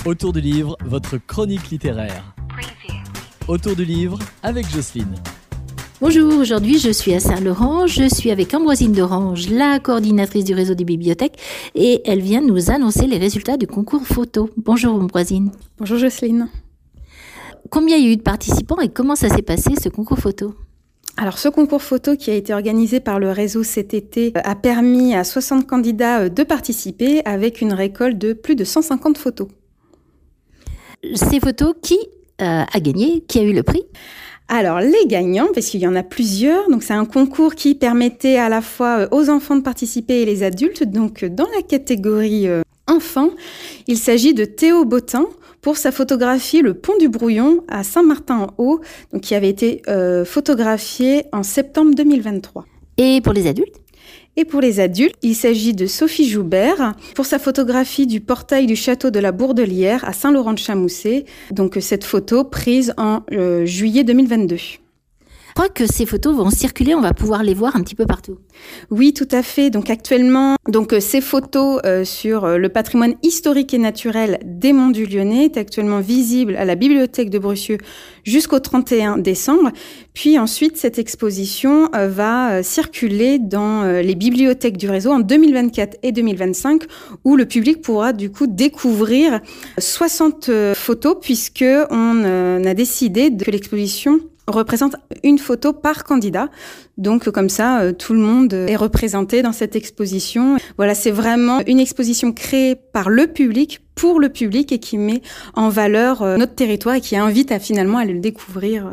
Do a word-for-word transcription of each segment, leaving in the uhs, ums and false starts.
Autour du livre, votre chronique littéraire. Autour du livre avec Jocelyne. Bonjour, aujourd'hui je suis à Saint-Laurent, je suis avec Ambroisine d'Orange, la coordinatrice du réseau des bibliothèques, et elle vient nous annoncer les résultats du concours photo. Bonjour Ambroisine. Bonjour Jocelyne. Combien il y a eu de participants et comment ça s'est passé ce concours photo ? Alors ce concours photo qui a été organisé par le réseau cet été a permis à soixante candidats de participer avec une récolte de plus de cent cinquante photos. Ces photos, qui euh, a gagné ? Qui a eu le prix ? Alors, les gagnants, parce qu'il y en a plusieurs, donc c'est un concours qui permettait à la fois aux enfants de participer et les adultes. Donc, dans la catégorie euh, enfants, il s'agit de Théo Bottin pour sa photographie Le Pont du Brouillon à Saint-Martin-en-Haut, donc qui avait été euh, photographié en septembre deux mille vingt-trois. Et pour les adultes ? Et pour les adultes, il s'agit de Sophie Joubert pour sa photographie du portail du château de la Bourdelière à Saint-Laurent-de-Chamousset. Donc cette photo prise en euh, juillet deux mille vingt-deux. Je crois que ces photos vont circuler, on va pouvoir les voir un petit peu partout. Oui, tout à fait. Donc actuellement, donc ces photos euh, sur euh, le patrimoine historique et naturel des Monts du Lyonnais est actuellement visible à la bibliothèque de Brucieux jusqu'au trente et un décembre. Puis ensuite, cette exposition euh, va euh, circuler dans euh, les bibliothèques du réseau en deux mille vingt-quatre et deux mille vingt-cinq, où le public pourra du coup découvrir soixante euh, photos, puisque on euh, a décidé de, que l'exposition représente une photo par candidat. Donc comme ça, euh, tout le monde est représenté dans cette exposition. Voilà, c'est vraiment une exposition créée par le public, pour le public, et qui met en valeur euh, notre territoire et qui invite à finalement à le découvrir.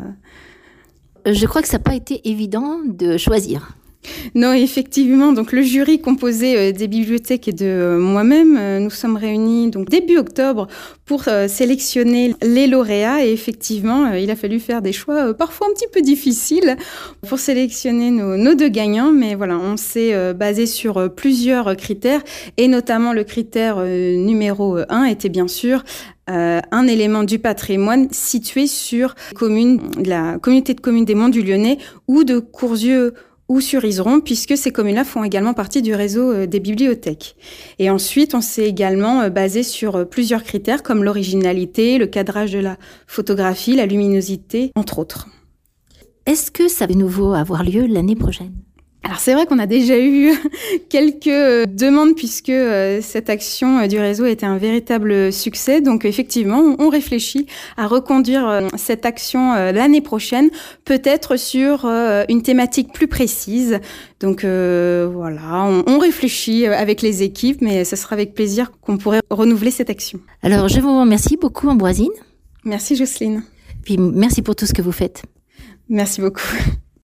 Je crois que ça n'a pas été évident de choisir. Non, effectivement. Donc le jury composé euh, des bibliothèques et de euh, moi-même, euh, nous sommes réunis donc début octobre pour euh, sélectionner les lauréats. Et effectivement, euh, il a fallu faire des choix euh, parfois un petit peu difficiles pour sélectionner nos, nos deux gagnants. Mais voilà, on s'est euh, basé sur euh, plusieurs critères, et notamment le critère euh, numéro un était bien sûr Euh, un élément du patrimoine situé sur commune, la communauté de communes des Monts du Lyonnais ou de Courzieux ou sur Iseron, puisque ces communes-là font également partie du réseau euh, des bibliothèques. Et ensuite, on s'est également euh, basé sur euh, plusieurs critères comme l'originalité, le cadrage de la photographie, la luminosité, entre autres. Est-ce que ça va de nouveau avoir lieu l'année prochaine ? Alors c'est vrai qu'on a déjà eu quelques demandes, puisque cette action du réseau était un véritable succès. Donc effectivement, on réfléchit à reconduire cette action l'année prochaine, peut-être sur une thématique plus précise. Donc euh, voilà, on, on réfléchit avec les équipes, mais ce sera avec plaisir qu'on pourrait renouveler cette action. Alors je vous remercie beaucoup Ambroisine. Merci Jocelyne. Puis merci pour tout ce que vous faites. Merci beaucoup.